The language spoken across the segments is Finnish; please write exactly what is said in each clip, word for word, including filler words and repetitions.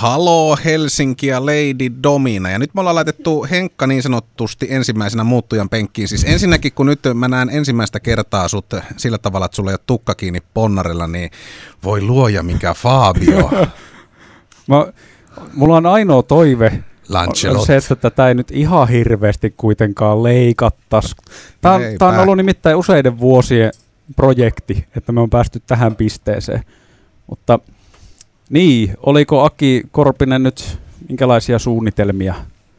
Haloo Helsinki ja Lady Domina. Ja nyt me ollaan laitettu Henkka niin sanotusti ensimmäisenä muuttujan penkkiin. Siis ensinnäkin, kun nyt mä näen ensimmäistä kertaa sut sillä tavalla, että sulla ei ole tukka kiinni ponnarilla, niin voi luoja mikä Fabio. mä, mulla on ainoa toive. Lancelot. On se, että tätä ei nyt ihan hirveästi kuitenkaan leikattaisi. Tämä, tämä on ollut nimittäin useiden vuosien projekti, että me on päästy tähän pisteeseen. Mutta niin, oliko Aki Korpinen nyt minkälaisia suunnitelmia?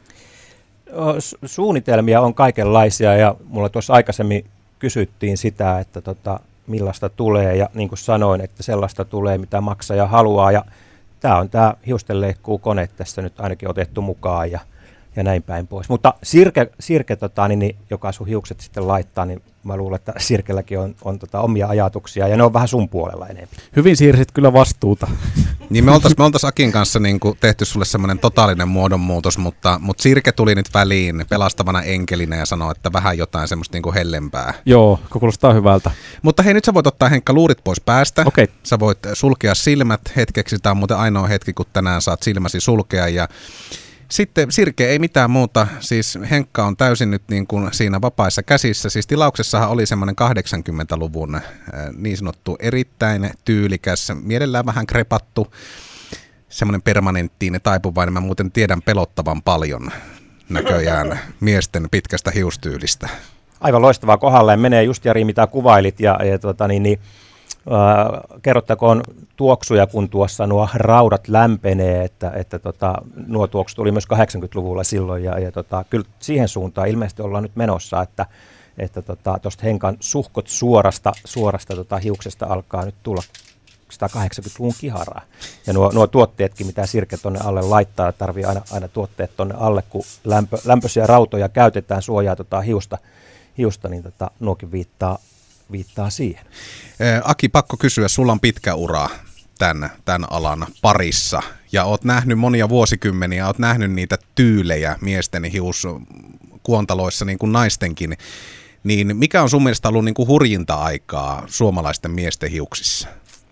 Su- suunnitelmia on kaikenlaisia ja mulla tuossa aikaisemmin kysyttiin sitä, että tota, millaista tulee ja niin kuin sanoin, että sellaista tulee mitä maksaja haluaa ja tämä on tämä hiustenleikkuukone tässä nyt ainakin otettu mukaan ja, ja näin päin pois. Mutta Sirke, Sirke tota, niin, niin, joka sun hiukset sitten laittaa, niin mä luulen, että Sirkelläkin on, on tota, omia ajatuksia ja ne on vähän sun puolella enemmän. Hyvin siirsit kyllä vastuuta. Niin me oltaisiin oltais Akin kanssa niin kuin tehty sulle semmoinen totaalinen muodonmuutos, mutta, mutta Sirke tuli nyt väliin pelastavana enkelinä ja sanoi, että vähän jotain semmoista niin kuin hellempää. Joo, kuulostaa hyvältä. Mutta hei, nyt sä voit ottaa Henkka luurit pois päästä. Okay. Sä voit sulkea silmät hetkeksi. Tämä on muuten ainoa hetki, kun tänään saat silmäsi sulkea. Ja sitten Sirke ei mitään muuta. Siis Henkka on täysin nyt niin kuin siinä vapaissa käsissä. Siis tilauksessahan oli semmoinen kahdeksankymmentäluvun niin sanottu erittäin tyylikäs, mielellään vähän krepattu, semmoinen permanenttiin taipuvainen. Mä muuten tiedän pelottavan paljon näköjään miesten pitkästä hiustyylistä. Aivan loistavaa kohdalleen. Menee just Jari mitä kuvailit ja, ja tota, niin, niin, äh, kerrottakoon tuoksuja, kun tuossa nuo raudat lämpenee, että, että tota, nuo tuoksut tuli myös kahdeksankymmentäluvulla silloin ja, ja tota, kyllä siihen suuntaan ilmeisesti ollaan nyt menossa, että että tuosta tota, Henkan suhkot suorasta, suorasta tota, hiuksesta alkaa nyt tulla sitä kahdeksankymmentäluvun kiharaa. Ja nuo, nuo tuotteetkin, mitä Sirke tuonne alle laittaa, tarvii aina, aina tuotteet tuonne alle, kun lämpö, lämpöisiä rautoja käytetään, suojaa tota, hiusta, hiusta, niin tota, nuokin viittaa, viittaa siihen. Aki, pakko kysyä, sulla on pitkä ura tämän, tämän alan parissa, ja oot nähnyt monia vuosikymmeniä, oot nähnyt niitä tyylejä miesten hiuskuontaloissa, niin kuin naistenkin, niin mikä on sun mielestä ollut niin kuin hurjinta aikaa suomalaisten miesten hiuksissa?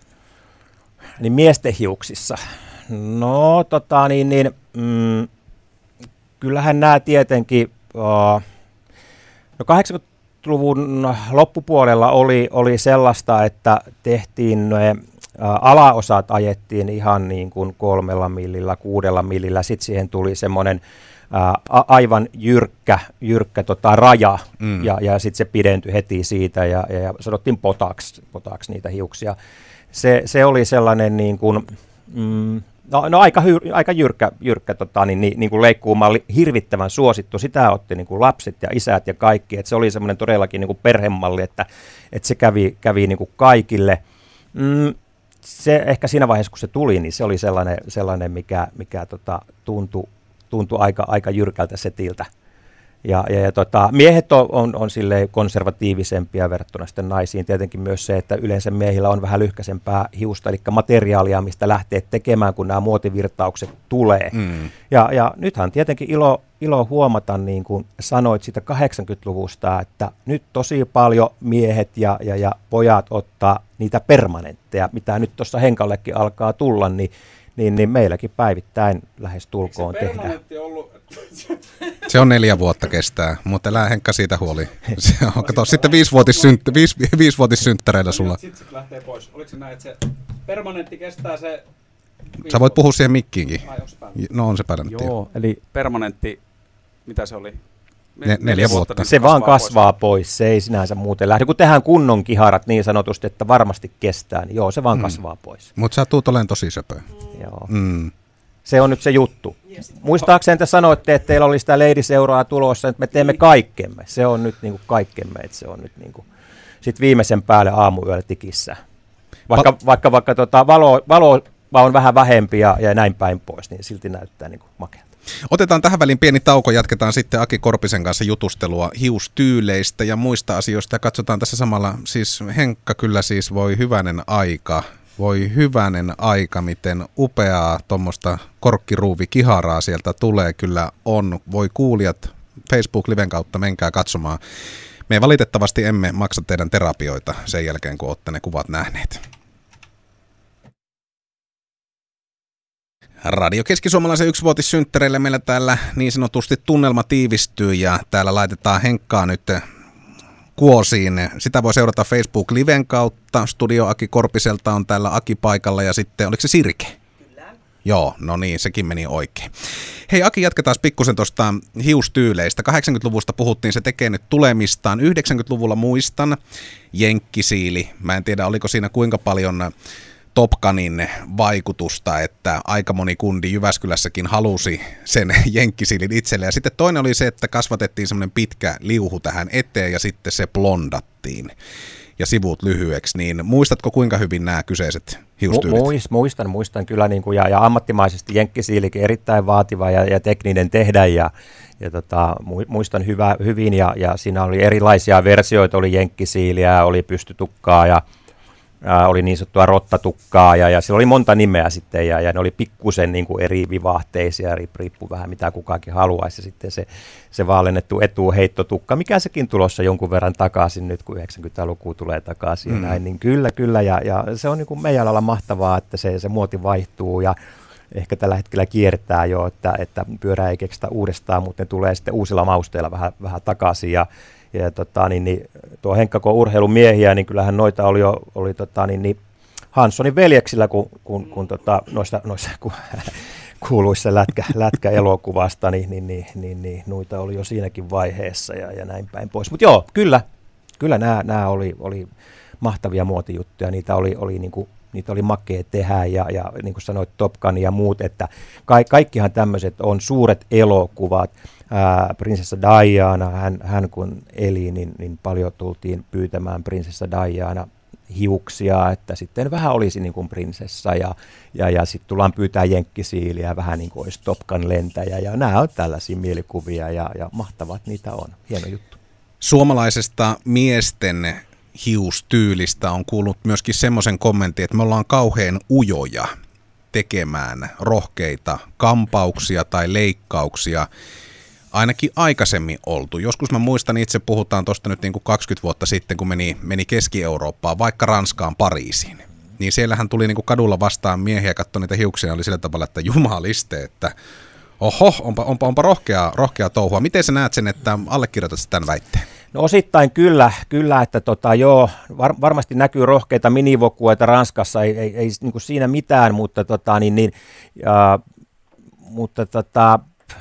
Niin miesten hiuksissa. No tota niin, niin mm, kyllähän nämä tietenkin, uh, no kahdeksankymmentäluvun loppupuolella oli, oli sellaista, että tehtiin ne uh, alaosat ajettiin ihan niin kuin kolmella millillä, kuudella millillä, sitten siihen tuli semmoinen uh, aivan jyrkkä, jyrkkä tota, raja mm. ja, ja sitten se pidentyi heti siitä ja, ja, ja sanottiin potaksi, potaksi niitä hiuksia. Se, se oli sellainen niin kuin, mm, no, no aika, hyr, aika jyrkkä, jyrkkä tota, niin, niin, niin kuin leikkuumalli, hirvittävän suosittu. Sitä otti niin kuin lapset ja isät ja kaikki. Et se oli semmoinen todellakin niin kuin perhemalli, että, että se kävi, kävi niin kuin kaikille. Mm, se ehkä siinä vaiheessa, kun se tuli, niin se oli sellainen, sellainen mikä, mikä tota, tuntui, tuntui aika, aika jyrkältä setiltä. Ja, ja, ja tota, miehet on, on, on silleen konservatiivisempia verrattuna sitten naisiin. Tietenkin myös se, että yleensä miehillä on vähän lyhkäisempää hiusta, eli materiaalia, mistä lähtee tekemään, kun nämä muotivirtaukset tulee. Mm. Ja, ja nythän tietenkin ilo, ilo huomata, niin kuin sanoit siitä kahdeksankymmentäluvusta, että nyt tosi paljon miehet ja, ja, ja pojat ottaa niitä permanentteja, mitä nyt tuossa Henkallekin alkaa tulla, niin, niin, niin meilläkin päivittäin lähes tulkoon tehdään. Se on neljä vuotta kestää, mutta älä Henkka siitä huoli. Se on, kato, sitten viisivuotissyntt- viis, viisivuotissynttäreillä sulla. Sitten se lähtee pois. Oliko se näin, että se permanentti kestää se... Sä voit puhua siihen mikkiinkin. Ai, onko se päällä? No on se permanentti. Joo, eli permanentti, mitä se oli? Ne, neljä, neljä vuotta. Se vaan kasvaa pois. pois, se ei sinänsä muuten lähde. Kun tehdään kunnon kiharat niin sanotusti, että varmasti kestää, niin joo, se vaan mm. kasvaa pois. Mutta sä tuut olemaan tosi söpö. Mm. Joo. Mm. Se on nyt se juttu. Yes. Muistaakseni te sanoitte, että teillä oli sitä leidiseuraa tulossa, että me teemme kaikkemme. Se on nyt niinku kaikkemme, että se on nyt niinku sit viimeisen päälle aamuyöllä tikissä. Vaikka, Val- vaikka, vaikka tota valo, valo on vähän vähempi ja, ja näin päin pois, niin silti näyttää niinku makealta. Otetaan tähän väliin pieni tauko, jatketaan sitten Aki Korpisen kanssa jutustelua hiustyyleistä ja muista asioista ja katsotaan tässä samalla, siis Henkka kyllä siis voi hyvänen aika. Voi hyvänen aika, miten upeaa tuommoista korkkiruuvikiharaa sieltä tulee, kyllä on. Voi kuulijat Facebook-liven kautta, menkää katsomaan. Me valitettavasti emme maksa teidän terapioita sen jälkeen, kun olette ne kuvat nähneet. Radio Keski-Suomalaisen yksivuotissynttäreille meillä täällä niin sanotusti tunnelma tiivistyy ja täällä laitetaan Henkkaa nyt kuosiin. Sitä voi seurata Facebook-liven kautta. Studio Aki Korpiselta on täällä Aki paikalla ja sitten, oliko se Sirke? Kyllä. Joo, no niin, sekin meni oikein. Hei Aki, jatketaan pikkusen tuosta hiustyyleistä. kahdeksankymmentäluvusta puhuttiin, se tekee nyt tulemistaan. yhdeksänkymmentäluvulla muistan jenkkisiili. Mä en tiedä, oliko siinä kuinka paljon Top Gunin vaikutusta, että aika moni kundi Jyväskylässäkin halusi sen jenkkisiilin itselle. Ja sitten toinen oli se, että kasvatettiin semmoinen pitkä liuhu tähän eteen ja sitten se blondattiin ja sivut lyhyeksi. Niin muistatko kuinka hyvin nämä kyseiset hiustyylit? Muist, muistan, muistan kyllä niin kuin, ja, ja ammattimaisesti jenkkisiilikin erittäin vaativa ja, ja tekninen tehdä ja, ja tota, muistan hyvä, hyvin ja, ja siinä oli erilaisia versioita, oli jenkkisiiliä, oli pystytukkaa ja Ää, oli niin sanottua rottatukkaa ja, ja siellä oli monta nimeä sitten ja, ja ne oli pikkusen niin kuin eri vivahteisia, riippuu vähän mitä kukakin haluaisi ja sitten se, se vaalennettu etuheittotukka, mikä sekin tulossa jonkun verran takaisin nyt kun yhdeksänkymmentäluku tulee takaisin mm. näin, niin kyllä kyllä ja, ja se on niin kuin meidän alalla mahtavaa, että se, se muoti vaihtuu ja ehkä tällä hetkellä kiertää jo, että, että pyörää ei keksitä uudestaan, mutta ne tulee sitten uusilla mausteilla vähän, vähän takaisin ja Ja tota, niin, niin, tuo Henkka, kun on urheilumiehiä, niin kyllähän noita oli jo oli, tota, niin, niin Hanssonin veljeksillä, kun, kun, kun tota, noissa, noissa ku, kuuluissa lätkä, lätkäelokuvasta, niin, niin, niin, niin, niin noita oli jo siinäkin vaiheessa ja, ja näin päin pois. Mutta joo, kyllä, kyllä nämä, nämä oli, oli mahtavia muotijuttuja, niitä oli, oli niin kuin, niitä oli makea tehdä ja, ja niin kuin sanoit Top Gun ja muut, että ka- kaikkihan tämmöiset on suuret elokuvat. Ää, prinsessa Diana, hän, hän kun eli, niin, niin paljon tultiin pyytämään prinsessa Diana hiuksia, että sitten vähän olisi niin kuin prinsessa ja, ja, ja sitten tullaan pyytää jenkkisiiliä, vähän niin kuin olisi Top Gun lentäjä ja nämä on tällaisia mielikuvia ja, ja mahtavat niitä on. Hieno juttu. Suomalaisesta miesten hiustyylistä on kuullut myöskin semmoisen kommentin, että me ollaan kauhean ujoja tekemään rohkeita kampauksia tai leikkauksia. Ainakin aikaisemmin oltu. Joskus mä muistan, itse puhutaan tuosta nyt niin kuin kaksikymmentä vuotta sitten, kun meni, meni Keski-Eurooppaan, vaikka Ranskaan, Pariisiin. Niin siellähän tuli niin kuin kadulla vastaan miehiä, katsoi niitä hiuksia, oli sillä tavalla, että jumaliste, että oho, onpa, onpa, onpa rohkea, rohkea touhua. Miten sä näet sen, että allekirjoitat tämän väitteen? No osittain kyllä, kyllä että tota, joo, var, varmasti näkyy rohkeita minivokueita Ranskassa, ei, ei, ei niin kuin siinä mitään, mutta, tota, niin, niin, ja, mutta tota,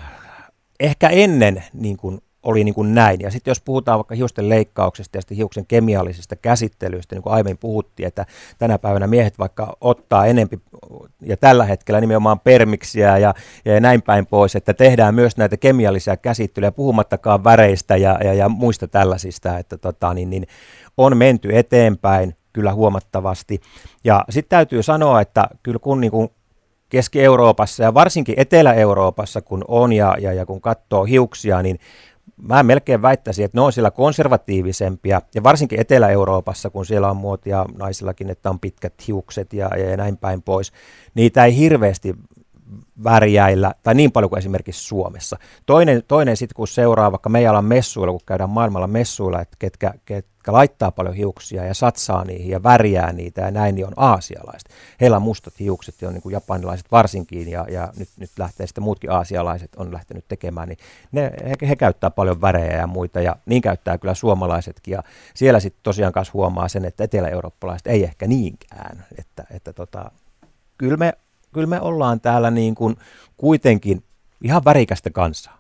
ehkä ennen niin kuin oli niin kuin näin. Ja sitten jos puhutaan vaikka hiusten leikkauksesta ja sitten hiuksen kemiallisesta käsittelystä, niin kuin aiemmin puhuttiin, että tänä päivänä miehet vaikka ottaa enempi ja tällä hetkellä nimenomaan permiksiä ja, ja näin päin pois, että tehdään myös näitä kemiallisia käsittelyjä, puhumattakaan väreistä ja, ja, ja muista tällaisista, että tota, niin, niin on menty eteenpäin kyllä huomattavasti. Ja sitten täytyy sanoa, että kyllä kun niin kuin Keski-Euroopassa ja varsinkin Etelä-Euroopassa kun on ja, ja, ja kun katsoo hiuksia, niin mä melkein väittäisin, että ne on siellä konservatiivisempia ja varsinkin Etelä-Euroopassa, kun siellä on muotia naisillakin, että on pitkät hiukset ja, ja näin päin pois, niitä ei hirveästi värjäillä, tai niin paljon kuin esimerkiksi Suomessa. Toinen, toinen sitten, kun seuraa vaikka meidän alan messuilla, kun käydään maailmalla messuilla, että ketkä, ketkä laittaa paljon hiuksia ja satsaa niihin ja värjää niitä ja näin, niin on aasialaiset. Heillä on mustat hiukset ja on niin kuin japanilaiset varsinkin, ja, ja nyt, nyt lähtee sitten muutkin aasialaiset on lähtenyt tekemään, niin ne, he, he käyttää paljon värejä ja muita, ja niin käyttää kyllä suomalaisetkin, ja siellä sitten tosiaan kanssa huomaa sen, että etelä-eurooppalaiset ei ehkä niinkään, että, että tota, kyllä me Kyllä me ollaan täällä niin kuin kuitenkin ihan värikästä kansaa.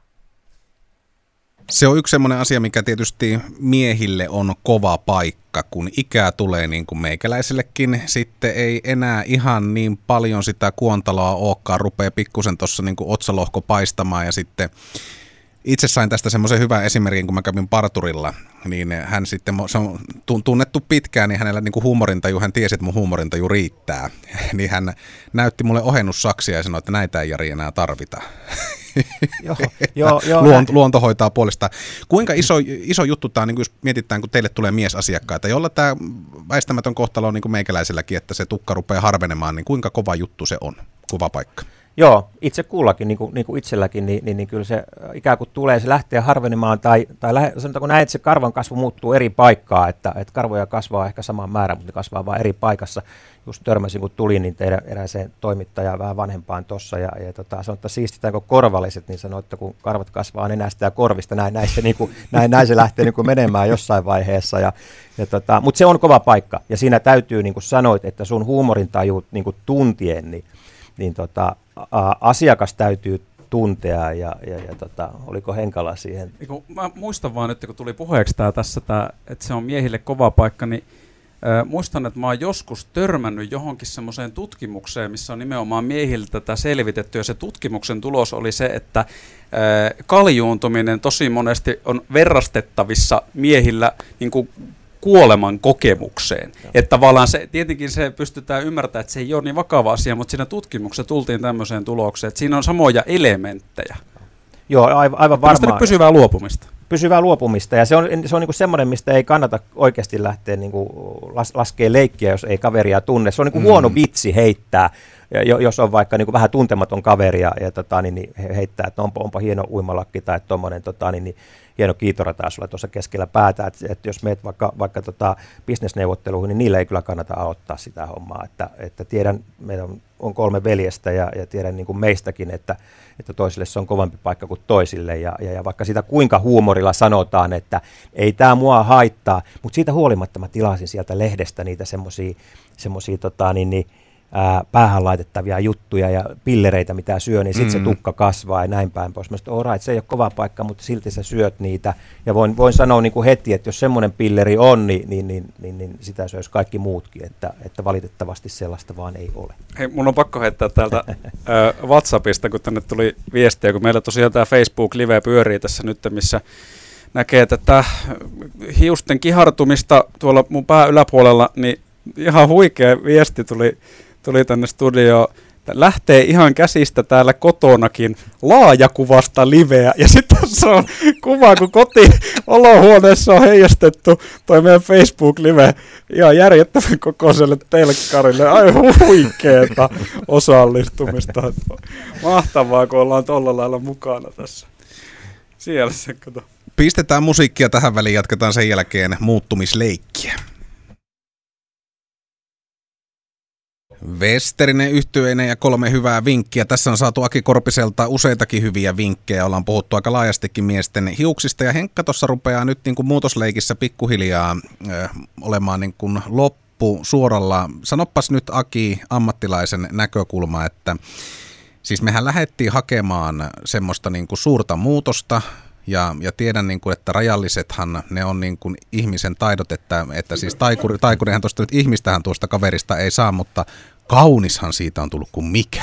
Se on yksi semmoinen asia, mikä tietysti miehille on kova paikka, kun ikää tulee niin kuin meikäläisellekin. Sitten ei enää ihan niin paljon sitä kuontaloa olekaan, rupeaa pikkusen tuossa niin kuin otsalohko paistamaan ja sitten itse sain tästä semmoisen hyvän esimerkin, kun mä kävin parturilla, niin hän sitten, se on tunnettu pitkään, niin hänellä niin kuin huumorintaju, hän tiesi, että mun huumorintaju riittää. Niin hän näytti mulle ohennussaksia ja sanoi, että näitä ei Jari enää tarvita. Joo, jo, jo, luonto, luonto hoitaa puolestaan. Kuinka iso, iso juttu tämä on, niin jos mietitään, kun teille tulee miesasiakkaita, jolla tämä väistämätön kohtalo on niin kuin meikäläiselläkin, että se tukka rupeaa harvenemaan, niin kuinka kova juttu se on, kova paikka? Joo, itse kullakin, niin kuin, niin kuin itselläkin, niin, niin, niin kyllä se ikään kuin tulee, se lähtee harvenemaan, tai, tai lähe, sanotaanko näin, että se karvan kasvu muuttuu eri paikkaa, että, että karvoja kasvaa ehkä saman määrän, mutta ne kasvaa vain eri paikassa. Just törmäsin, kun tulin, niin teidän erääseen toimittajaan vähän vanhempaan tuossa, ja, ja tota, sanoin, että siistitäänkö korvalliset, niin sanoi, että kun karvat kasvaa nenästä ja korvista, näin, näin, se, niin kuin, näin, näin se lähtee niin kuin menemään jossain vaiheessa, ja, ja tota, mutta se on kova paikka, ja siinä täytyy, niin kuin sanoit, että sun huumorintajuut niin kuin tuntien, niin niin tota, ä, asiakas täytyy tuntea, ja, ja, ja tota, oliko Henkala siihen? Mä muistan vaan nyt, kun tuli puheeksi tää tässä, tää, että se on miehille kova paikka, niin äh, muistan, että mä oon joskus törmännyt johonkin semmoiseen tutkimukseen, missä on nimenomaan miehille tätä selvitetty, ja se tutkimuksen tulos oli se, että äh, kaljuuntuminen tosi monesti on verrastettavissa miehillä niin kuin kuoleman kokemukseen. Ja. Että tavallaan se, tietenkin se pystytään ymmärtämään, että se ei ole niin vakava asia, mutta siinä tutkimuksessa tultiin tämmöiseen tulokseen, että siinä on samoja elementtejä. Joo, aivan, aivan varmaan. Pysyvää luopumista. Pysyvää luopumista, ja se on, se on niin kuin semmoinen, mistä ei kannata oikeasti lähteä niin kuin las, laskea leikkiä, jos ei kaveria tunne. Se on niin kuin mm. huono vitsi heittää, jos on vaikka niin kuin vähän tuntematon kaveri, ja, ja tota, niin, niin heittää, että onpa, onpa hieno uimalakki tai tuommoinen tota, niin, niin, hieno kiitorata sulla tuossa keskellä päätä, että, että jos meet vaikka, vaikka tota bisnesneuvotteluihin, niin niillä ei kyllä kannata aloittaa sitä hommaa, että, että tiedän, meillä on, on kolme veljestä, ja, ja tiedän niin kuin meistäkin, että, että toisille se on kovampi paikka kuin toisille, ja, ja, ja vaikka sitä kuinka huumorilla sanotaan, että ei tämä mua haittaa, mutta siitä huolimatta mä tilasin sieltä lehdestä niitä semmoisia semmoisia tota, niin, niin, ää, päähän laitettavia juttuja ja pillereitä, mitä syö, niin sitten mm. se tukka kasvaa ja näin päin pois. Mä sanoin, että right, se ei ole kova paikka, mutta silti sä syöt niitä. Ja voin, voin sanoa niin kuin heti, että jos semmoinen pilleri on, niin, niin, niin, niin, niin sitä syöisi kaikki muutkin, että, että valitettavasti sellaista vaan ei ole. Hei, mun on pakko heittää täältä äh, WhatsAppista, kun tänne tuli viestiä, kun meillä tosiaan tämä Facebook-live pyörii tässä nyt, missä näkee tätä hiusten kihartumista tuolla mun pää yläpuolella, niin ihan huikea viesti tuli, tuli tänne studioon. Lähtee ihan käsistä täällä kotonakin laajakuvasta liveä. Ja sitten tässä on kuva, kun koti-olohuoneessa on heijastettu toi meidän Facebook-live ihan järjettömän kokoiselle telkkarille. Ai huikeeta osallistumista. Mahtavaa, kun ollaan tolla lailla mukana tässä. Siellä se kato. Pistetään musiikkia tähän väliin, jatketaan sen jälkeen muuttumisleikkiä. Westerinen yhtyeinen ja kolme hyvää vinkkiä. Tässä on saatu Aki Korpiselta useitakin hyviä vinkkejä. Ollaan puhuttu aika laajastikin miesten hiuksista. Ja Henkka tuossa rupeaa nyt niin kuin muutosleikissä pikkuhiljaa äh, olemaan niin kuin loppu suoralla. Sanoppas nyt Aki ammattilaisen näkökulma, että siis mehän lähdettiin hakemaan semmoista niin kuin suurta muutosta. Ja, ja tiedän, niin kuin, että rajallisethan ne on niin kuin ihmisen taidot, että, että siis taikuri, taikurihan tuosta nyt ihmistähän tuosta kaverista ei saa, mutta kaunishan siitä on tullut kuin mikä.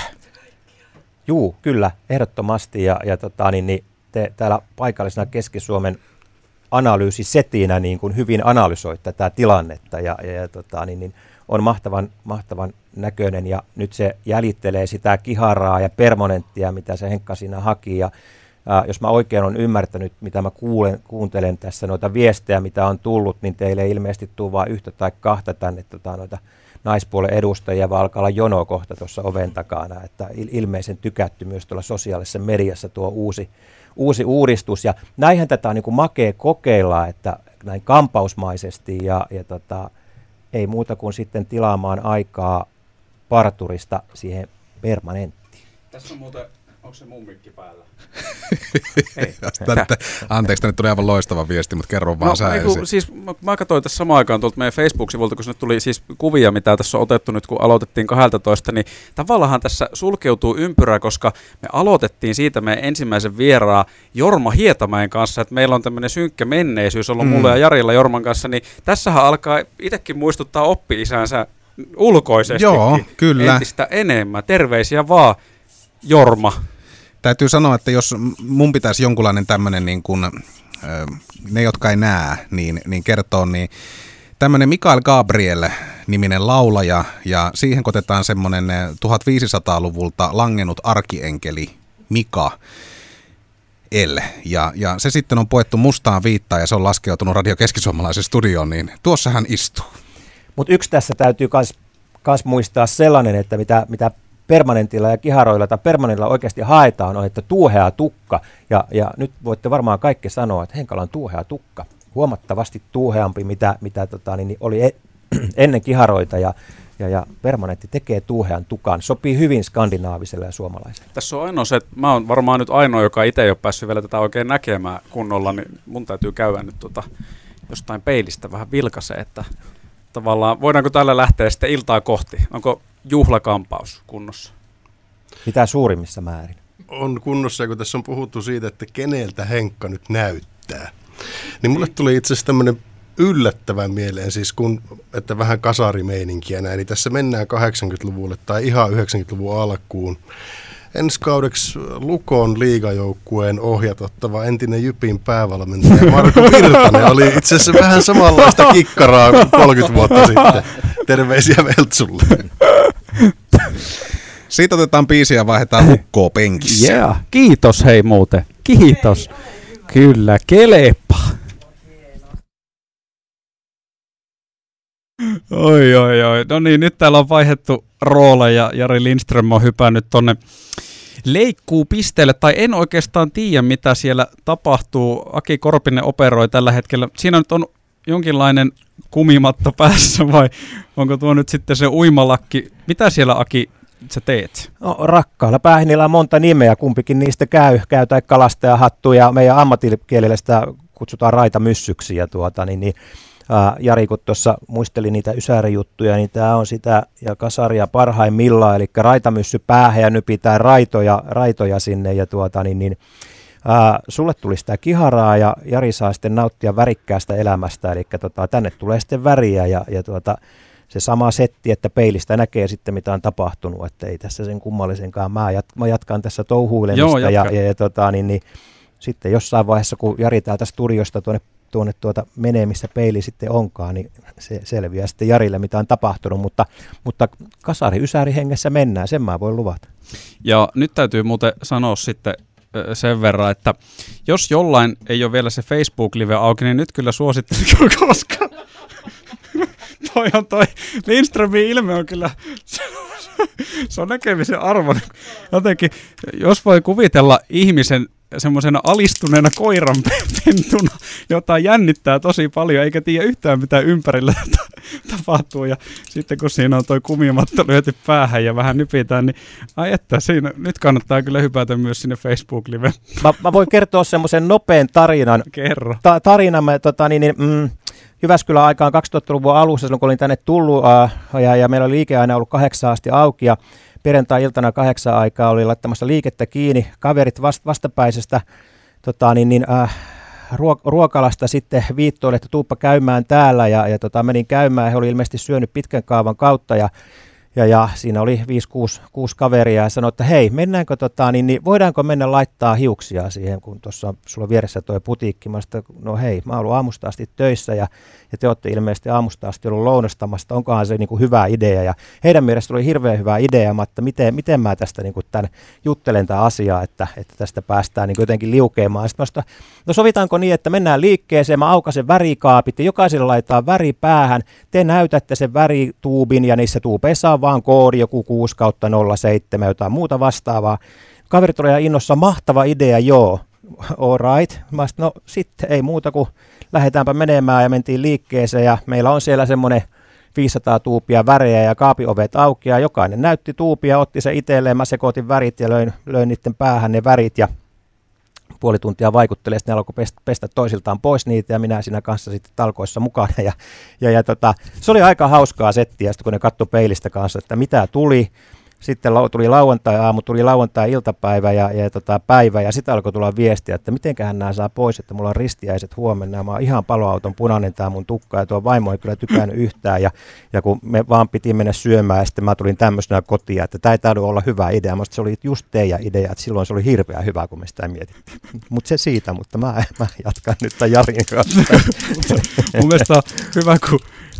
Juu, kyllä, ehdottomasti. Ja, ja tota, niin, niin te täällä paikallisena Keski-Suomen analyysisetinä niin kuin hyvin analysoit tätä tilannetta ja, ja, ja tota, niin, niin on mahtavan, mahtavan näköinen. Ja nyt se jäljittelee sitä kiharaa ja permanenttia, mitä se Henkka siinä haki. Ja Äh, jos mä oikein olen ymmärtänyt, mitä mä kuulen, kuuntelen tässä noita viestejä, mitä on tullut, niin teille ei ilmeisesti tule vain yhtä tai kahta tänne tota, noita naispuolen edustajia, vaan alkaa olla jono kohta tuossa oven takana. Että ilmeisen tykätty myös tuolla sosiaalisessa mediassa tuo uusi, uusi uudistus. Ja näinhän tätä on niin kuin makea kokeilla, että näin kampausmaisesti ja, ja tota, ei muuta kuin sitten tilaamaan aikaa parturista siihen permanenttiin. Tässä on muuten... Onko se mun mikki päällä? Ei. Anteeksi, tänne tuli aivan loistava viesti, mutta kerro vaan no, sä ensin. Siis mä, mä katsoin tässä samaan aikaan tuolta meidän Facebook-sivulta, kun sinne tuli siis kuvia, mitä tässä on otettu nyt, kun aloitettiin kaksitoista, niin tavallaan tässä sulkeutuu ympyrä, koska me aloitettiin siitä meidän ensimmäisen vieraan Jorma Hietamäen kanssa, että meillä on tämmöinen synkkä menneisyys ollut mm. mulla ja Jarilla Jorman kanssa, niin tässähän alkaa itsekin muistuttaa oppi-isänsä ulkoisestikin. Joo, kyllä. Entistä enemmän. Terveisiä vaan, Jorma. Täytyy sanoa, että jos mun pitäisi jonkunlainen tämmöinen, niin kuin, ne jotka ei näe, niin, niin kertoo, niin tämmöinen Mikael Gabriel-niminen laulaja, ja siihen kotetaan semmoinen tuhatviisisataaluvulta langennut arkienkeli Mika L. Ja, ja se sitten on poettu mustaan viittaan, ja se on laskeutunut Radio Keski-Suomalaisen studioon, niin tuossa hän istuu. Mutta yksi tässä täytyy myös muistaa sellainen, että mitä, mitä permanentilla ja kiharoilla tai permanentilla oikeasti haetaan, on, että tuuhea tukka. Ja, ja nyt voitte varmaan kaikki sanoa, että Henkalla on tuuhea tukka. Huomattavasti tuuheampi, mitä, mitä tota, niin oli e- ennen kiharoita. Ja, ja, ja permanentti tekee tuuhean tukan. Sopii hyvin skandinaaviselle ja suomalaiselle. Tässä on ainoa se, että mä oon varmaan nyt ainoa, joka itse ei ole päässyt vielä tätä oikein näkemään kunnolla, niin mun täytyy käydä nyt tota, jostain peilistä vähän vilkaisee, että tavallaan voidaanko tällä lähteä sitten iltaa kohti? Onko juhlakampaus kunnossa? Mitä suurimmissa määrin? On kunnossa, kun tässä on puhuttu siitä, että keneltä Henkka nyt näyttää. Niin mulle tuli itse asiassa tämmöinen yllättävän mieleen, siis kun, että vähän kasarimeininkiä näin, niin tässä mennään kahdeksankymmentäluvulle tai ihan yhdeksänkymmentäluvun alkuun. Ensi kaudeksi Lukon liigajoukkueen ohjatottava entinen Jypin päävalmentaja Marko Virtanen oli itse asiassa vähän samanlaista kikkaraa kolmekymmentä vuotta sitten. Terveisiä Veltsulle. Siitä otetaan biisiä ja vaihdetaan Lukkoon penkissä. Yeah. Kiitos hei muuten. Kiitos. Kyllä, kelepa. Oi, oi, oi. No niin, nyt täällä on vaihdettu rooleja. Jari Lindström on hypännyt tonne leikkuu pisteelle, tai en oikeastaan tiedä, mitä siellä tapahtuu. Aki Korpinen operoi tällä hetkellä. Siinä nyt on jonkinlainen kumimatto päässä, vai onko tuo nyt sitten se uimalakki? Mitä siellä, Aki, sä teet? No, rakkailla päähinillä on monta nimeä, kumpikin niistä käy. Käy tai kalastajahattu, ja meidän ammattikielellä sitä kutsutaan raitamyssyksi. Ja tuota, niin, niin, ää, Jari, kun tuossa muisteli niitä ysärijuttuja, niin tämä on sitä ja kasaria parhaimmillaan, eli raitamyssy päähän ja nypitään raitoja, raitoja sinne. Ja tuota, niin, niin, ää, sulle tuli sitä kiharaa ja Jari saa sitten nauttia värikkäästä elämästä, eli tota, tänne tulee sitten väriä ja, ja tuota, se sama setti, että peilistä näkee sitten mitä on tapahtunut, että ei tässä sen kummallisenkaan. Mä, jat, mä jatkan tässä touhuilemista. Joo, ja, ja, ja tota, niin, niin, sitten jossain vaiheessa, kun Jari täältä studiosta tuonne, tuonne tuota menee, missä peili sitten onkaan, niin se selviää sitten Jarille, mitä on tapahtunut. Mutta, mutta kasari ysäri hengessä mennään, sen mä voin luvata. Ja nyt täytyy muuten sanoa sitten sen verran, että jos jollain ei ole vielä se Facebook-live auki, niin nyt kyllä suosittelen, koska toi on toi Lindströmin ilme on kyllä, se on, se on näkemisen arvon. Jotenkin, jos voi kuvitella ihmisen semmoisena alistuneena koiran pentuna, jota jännittää tosi paljon, eikä tiedä yhtään mitä ympärillä tapahtuu. Ja sitten kun siinä on toi kumimatto lyöty päähän ja vähän nypitään, niin ai että siinä, nyt kannattaa kyllä hypätä myös sinne Facebook-liveen. Mä, mä voin kertoa semmoisen nopean tarinan. Kerro. Ta- tarinamme, tota, niin, niin, mm, Jyväskylän aikaan kaksituhattaluvun alussa, silloin kun olin tänne tullut, äh, ja, ja meillä oli liike aina ollut kahdeksaan asti auki, ja perjantai-iltana kahdeksan aikaa oli laittamassa liikettä kiinni, kaverit vast, vastapäisestä tota, niin, niin, äh, ruok- ruokalasta sitten viittoille, että tuuppa käymään täällä, ja, ja tota, menin käymään, he oli ilmeisesti syönyt pitkän kaavan kautta, ja Ja, ja siinä oli viisi kuusi kaveria ja sanoi, että hei, mennäänkö tota, niin, niin voidaanko mennä laittaa hiuksia siihen, kun tuossa sulla vieressä toi putiikki. Mä sanoin, että no hei, mä oon ollut aamusta asti töissä ja, ja te olette ilmeisesti aamusta asti ollut lounastamasta, onkohan se niin kuin hyvä idea. Ja heidän mielestä oli hirveän hyvä idea, että miten, miten mä tästä niin kuin tämän juttelen tämä asiaa, että, että tästä päästään niin kuin jotenkin liukeamaan. Sitten mä sanoin, no sovitaanko niin, että mennään liikkeeseen, mä aukaisen värikaapit ja jokaiselle laitetaan väri päähän, te näytätte sen värituubin ja niissä tuupeissa on vaan koodi joku kuusi kautta nolla seitsemän, jotain muuta vastaavaa. Kaverit oli ihan innossa, mahtava idea, joo, all right. Mä sit, no sitten ei muuta kuin lähdetäänpä menemään ja mentiin liikkeeseen ja meillä on siellä semmoinen viisisataa tuupia värejä ja kaapiovet auki ja jokainen näytti tuupia, otti se itselleen, mä sekoitin värit ja löin, löin niiden päähän ne värit ja puoli tuntia vaikuttelee, sitten ne alkoi pestä, pestä toisiltaan pois niitä ja minä siinä kanssa sitten talkoissa mukana. Ja, ja, ja tota, se oli aika hauskaa settiä, kun ne katsoi peilistä kanssa, että mitä tuli. Sitten tuli lauantai-aamu, tuli lauantai-iltapäivä ja, ja tota, päivä ja sitten alkoi tulla viestiä, että mitenköhän nämä saa pois, että mulla on ristiäiset huomenna ja mä oon ihan paloauton punainen tää mun tukka ja tuo vaimo ei kyllä tykännyt yhtään ja, ja kun me vaan piti mennä syömään ja sitten mä tulin tämmöisenä kotiin, että tämä ei täydy olla hyvä idea, mutta se oli just teidän idea, että silloin se oli hirveän hyvä, kun me sitä mietittiin. Mutta se siitä, mutta mä, mä jatkan nyt tämän Jarin kanssa. Mun mielestä on hyvä, kun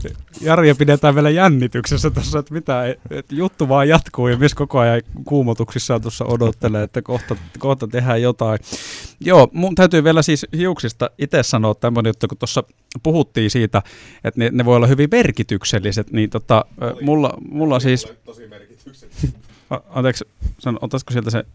Jaria pidetään vielä jännityksessä tuossa, että mitä, että juttu vaan jatkuu ja mies koko ajan kuumotuksissaan tuossa odottelee, että kohta, kohta tehdään jotain. Joo, mun täytyy vielä siis hiuksista itse sanoa tämmöinen juttu, kun tuossa puhuttiin siitä, että ne, ne voi olla hyvin merkitykselliset, niin tota, mulla, mulla siis... A- anteeksi, san, otaisiko sieltä se?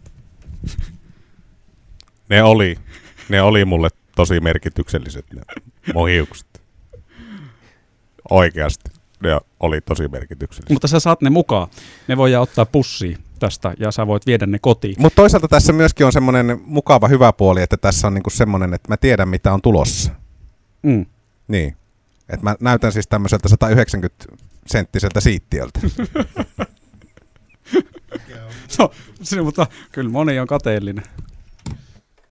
Ne oli, ne oli mulle tosi merkitykselliset ne mohiukset. Oikeasti. Ne oli tosi merkityksellisiä. Mutta sä saat ne mukaan. Ne voidaan ottaa pussiin tästä ja sä voit viedä ne kotiin. Mutta toisaalta tässä myöskin on semmoinen mukava hyvä puoli, että tässä on niinku semmoinen, että mä tiedän mitä on tulossa. Mm. Niin. Että mä näytän siis tämmöiseltä sata yhdeksänkymmentä senttiseltä siittiöltä. No, se, mutta kyllä moni on kateellinen.